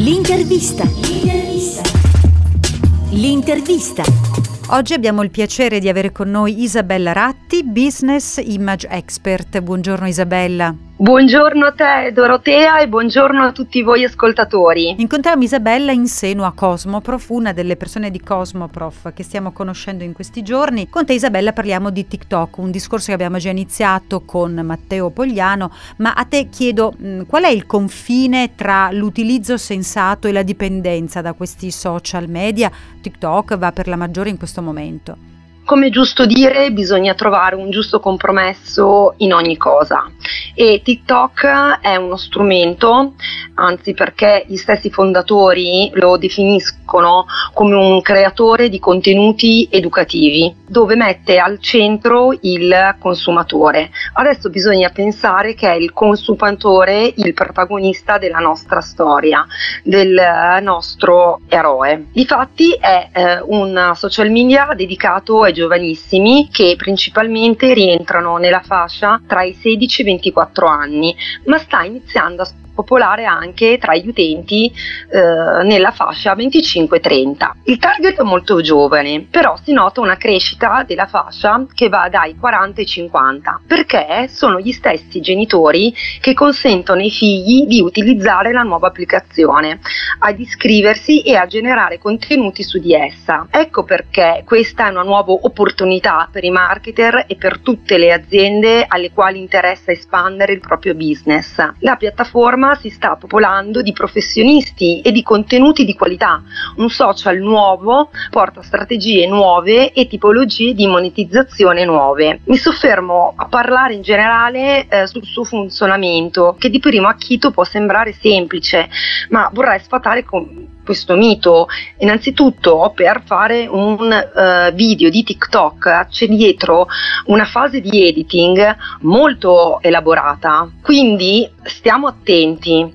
L'intervista. Oggi abbiamo il piacere di avere con noi Isabella Ratti, Business Image Expert. Buongiorno Isabella. Buongiorno a te Dorotea e buongiorno a tutti voi ascoltatori. Incontriamo Isabella in seno a Cosmoprof, una delle persone di Cosmoprof che stiamo conoscendo in questi giorni. Con te Isabella parliamo di TikTok, un discorso che abbiamo già iniziato con Matteo Pogliano, ma a te chiedo qual è il confine tra l'utilizzo sensato e la dipendenza da questi social media? TikTok va per la maggiore in questo momento. Come è giusto dire, bisogna trovare un giusto compromesso in ogni cosa e TikTok è uno strumento, anzi perché gli stessi fondatori lo definiscono come un creatore di contenuti educativi, dove mette al centro il consumatore. Adesso bisogna pensare che è il consumatore il protagonista della nostra storia, del nostro eroe. Difatti è un social media dedicato ai giovanissimi che principalmente rientrano nella fascia tra i 16 e i 24 anni, ma sta iniziando a popolare anche tra gli utenti nella fascia 25-30. Il target è molto giovane, però si nota una crescita della fascia che va dai 40 ai 50, perché sono gli stessi genitori che consentono ai figli di utilizzare la nuova applicazione, ad iscriversi e a generare contenuti su di essa. Ecco perché questa è una nuova opportunità per i marketer e per tutte le aziende alle quali interessa espandere il proprio business. La piattaforma si sta popolando di professionisti e di contenuti di qualità. Un social nuovo porta strategie nuove e tipologie di monetizzazione nuove. Mi soffermo a parlare in generale sul suo funzionamento, che di primo acchito può sembrare semplice, ma vorrei sfatare questo mito. Innanzitutto, per fare un video di TikTok c'è dietro una fase di editing molto elaborata, quindi stiamo attenti.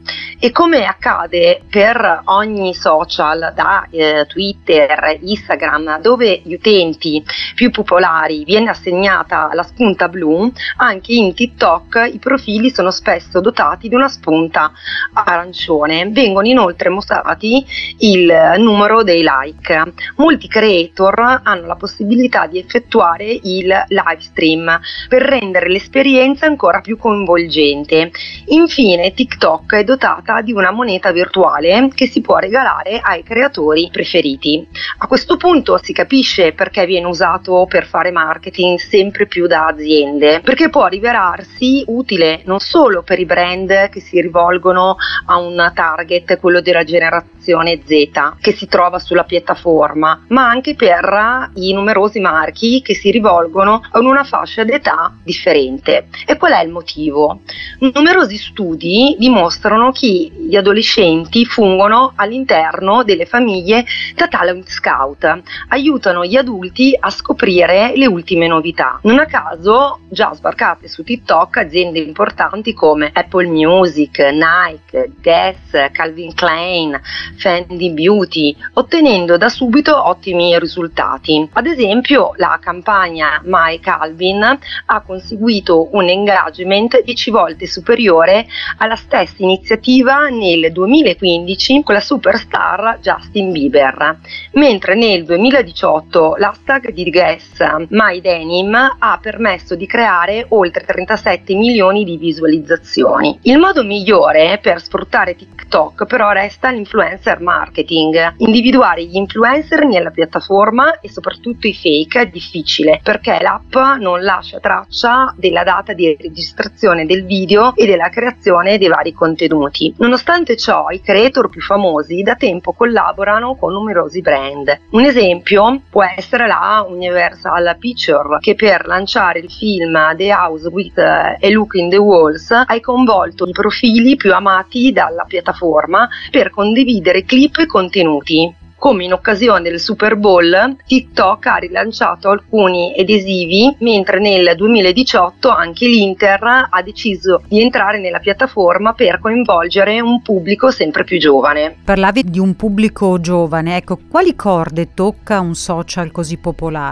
E come accade per ogni social, da Twitter, Instagram, dove gli utenti più popolari viene assegnata la spunta blu, anche in TikTok i profili sono spesso dotati di una spunta arancione. Vengono inoltre mostrati il numero dei like. Molti creator hanno la possibilità di effettuare il live stream per rendere l'esperienza ancora più coinvolgente. Infine, TikTok è dotata di una moneta virtuale che si può regalare ai creatori preferiti. A questo punto si capisce perché viene usato per fare marketing sempre più da aziende, perché può rivelarsi utile non solo per i brand che si rivolgono a un target, quello della generazione Z, che si trova sulla piattaforma, ma anche per i numerosi marchi che si rivolgono a una fascia d'età differente. E qual è il motivo? Numerosi studi dimostrano che gli adolescenti fungono all'interno delle famiglie da talent scout, aiutano gli adulti a scoprire le ultime novità. Non a caso già sbarcate su TikTok aziende importanti come Apple Music, Nike, Guess, Calvin Klein, Fendi Beauty, ottenendo da subito ottimi risultati. Ad esempio, la campagna My Calvin ha conseguito un engagement 10 volte superiore alla stessa iniziativa nel 2015 con la superstar Justin Bieber, mentre nel 2018 l'hashtag di Guess My Denim ha permesso di creare oltre 37 milioni di visualizzazioni. Il modo migliore per sfruttare TikTok però resta l'influencer marketing. Individuare gli influencer nella piattaforma e soprattutto i fake è difficile, perché l'app non lascia traccia della data di registrazione del video e della creazione dei vari contenuti. Nonostante ciò, i creator più famosi da tempo collaborano con numerosi brand. Un esempio può essere la Universal Pictures, che per lanciare il film The House with a Look in the Walls ha coinvolto i profili più amati dalla piattaforma per condividere clip e contenuti. Come in occasione del Super Bowl, TikTok ha rilanciato alcuni adesivi, mentre nel 2018 anche l'Inter ha deciso di entrare nella piattaforma per coinvolgere un pubblico sempre più giovane. Parlavi di un pubblico giovane, ecco, quali corde tocca un social così popolare?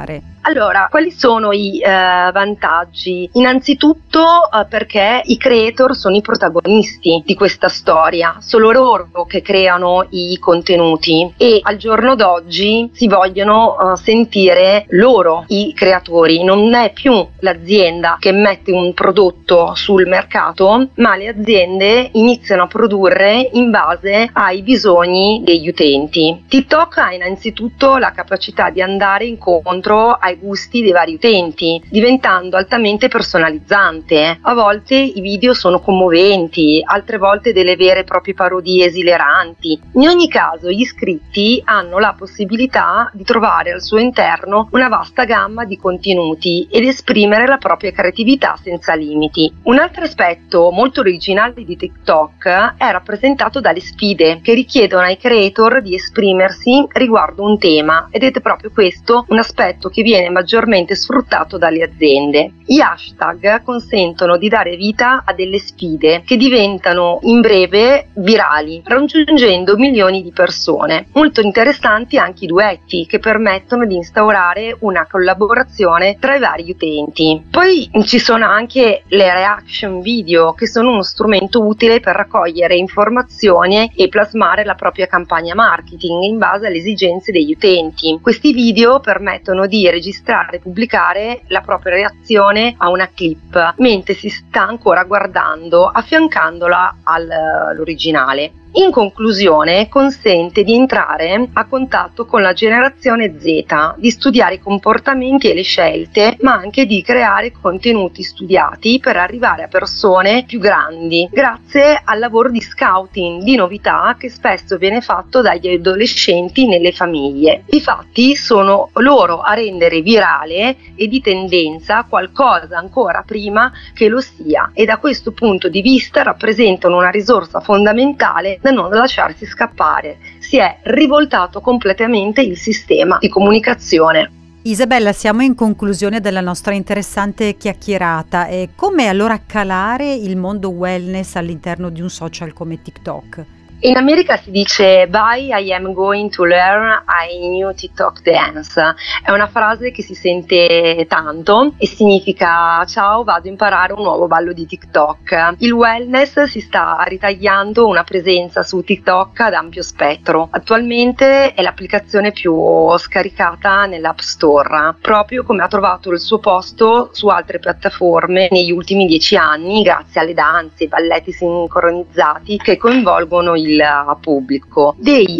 Allora, quali sono i vantaggi? Innanzitutto perché i creator sono i protagonisti di questa storia, sono loro che creano i contenuti e al giorno d'oggi si vogliono sentire loro i creatori, non è più l'azienda che mette un prodotto sul mercato, ma le aziende iniziano a produrre in base ai bisogni degli utenti. TikTok ha innanzitutto la capacità di andare incontro ai gusti dei vari utenti, diventando altamente personalizzante. A volte i video sono commoventi, altre volte delle vere e proprie parodie esileranti. In ogni caso, gli iscritti hanno la possibilità di trovare al suo interno una vasta gamma di contenuti ed esprimere la propria creatività senza limiti. Un altro aspetto molto originale di TikTok è rappresentato dalle sfide che richiedono ai creator di esprimersi riguardo un tema, ed è proprio questo un aspetto che viene maggiormente sfruttato dalle aziende. Gli hashtag consentono di dare vita a delle sfide che diventano in breve virali, raggiungendo milioni di persone. Molto interessanti anche i duetti, che permettono di instaurare una collaborazione tra i vari utenti. Poi ci sono anche le reaction video, che sono uno strumento utile per raccogliere informazioni e plasmare la propria campagna marketing in base alle esigenze degli utenti. Questi video permettono di registrare e pubblicare la propria reazione a una clip mentre si sta ancora guardando, affiancandola all'originale. In conclusione, consente di entrare a contatto con la generazione Z, di studiare i comportamenti e le scelte, ma anche di creare contenuti studiati per arrivare a persone più grandi, grazie al lavoro di scouting di novità che spesso viene fatto dagli adolescenti nelle famiglie. Difatti sono loro a rendere virale e di tendenza qualcosa ancora prima che lo sia, e da questo punto di vista rappresentano una risorsa fondamentale da non lasciarsi scappare. Si è rivoltato completamente il sistema di comunicazione. Isabella, siamo in conclusione della nostra interessante chiacchierata. E come allora calare il mondo wellness all'interno di un social come TikTok? In America si dice "Bye, I am going to learn a new TikTok dance". È una frase che si sente tanto e significa "ciao, vado a imparare un nuovo ballo di TikTok". Il wellness si sta ritagliando una presenza su TikTok ad ampio spettro. Attualmente è l'applicazione più scaricata nell'App Store, proprio come ha trovato il suo posto su altre piattaforme negli ultimi 10 anni, grazie alle danze e balletti sincronizzati che coinvolgono il pubblico. Dei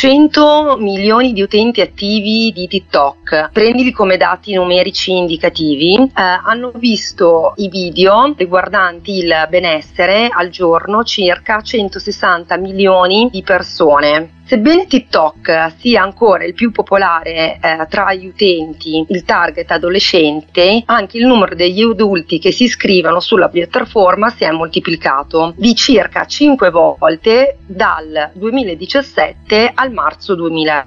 800 milioni di utenti attivi di TikTok, prendili come dati numerici indicativi, hanno visto i video riguardanti il benessere al giorno circa 160 milioni di persone. Sebbene TikTok sia ancora il più popolare tra gli utenti, il target adolescente, anche il numero degli adulti che si iscrivono sulla piattaforma si è moltiplicato di circa 5 volte dal 2017 al marzo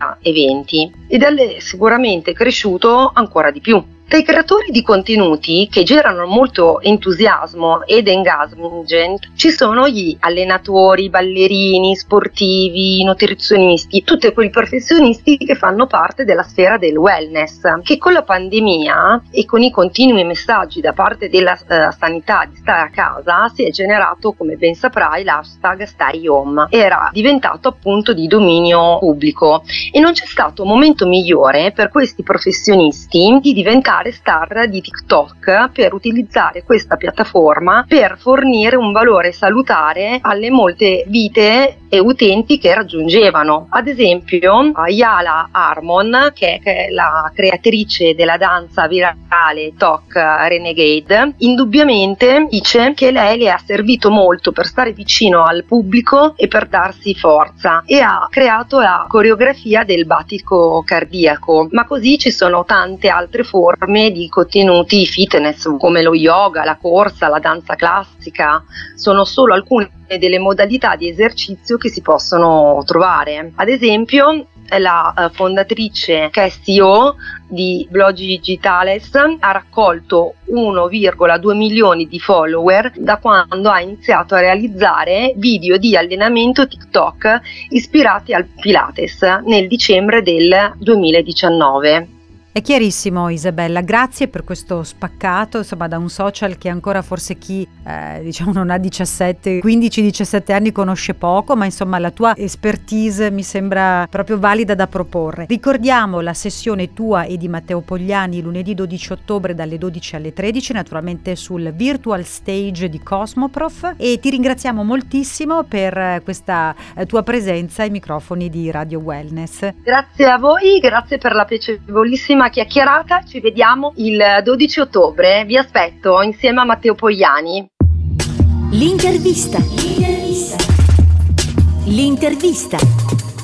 2020 ed è sicuramente cresciuto ancora di più. Tra i creatori di contenuti che generano molto entusiasmo ed engagement ci sono gli allenatori, ballerini, sportivi, nutrizionisti, tutti quei professionisti che fanno parte della sfera del wellness, che con la pandemia e con i continui messaggi da parte della sanità di stare a casa si è generato, come ben saprai, l'hashtag Stay Home. Era diventato appunto di dominio pubblico e non c'è stato momento migliore per questi professionisti di diventare star di TikTok per utilizzare questa piattaforma per fornire un valore salutare alle molte vite e utenti che raggiungevano. Ad esempio, Ayala Harmon, che è la creatrice della danza virale TikTok Renegade, indubbiamente dice che lei le ha servito molto per stare vicino al pubblico e per darsi forza, e ha creato la coreografia del battito cardiaco. Ma così ci sono tante altre forme di contenuti fitness come lo yoga, la corsa, la danza classica. Sono solo alcune delle modalità di esercizio che si possono trovare. Ad esempio, la fondatrice che è CEO di Bloggi Digitales ha raccolto 1,2 milioni di follower da quando ha iniziato a realizzare video di allenamento TikTok ispirati al Pilates nel dicembre del 2019. È chiarissimo, Isabella, grazie per questo spaccato, insomma, da un social che ancora forse chi non ha 15-17 anni conosce poco, ma insomma la tua expertise mi sembra proprio valida da proporre. Ricordiamo la sessione tua e di Matteo Pogliani lunedì 12 ottobre dalle 12 alle 13, naturalmente sul virtual stage di Cosmoprof, e ti ringraziamo moltissimo per questa tua presenza ai microfoni di Radio Wellness. Grazie a voi, grazie per la piacevolissima chiacchierata, ci vediamo il 12 ottobre, vi aspetto insieme a Matteo Pogliani. L'intervista.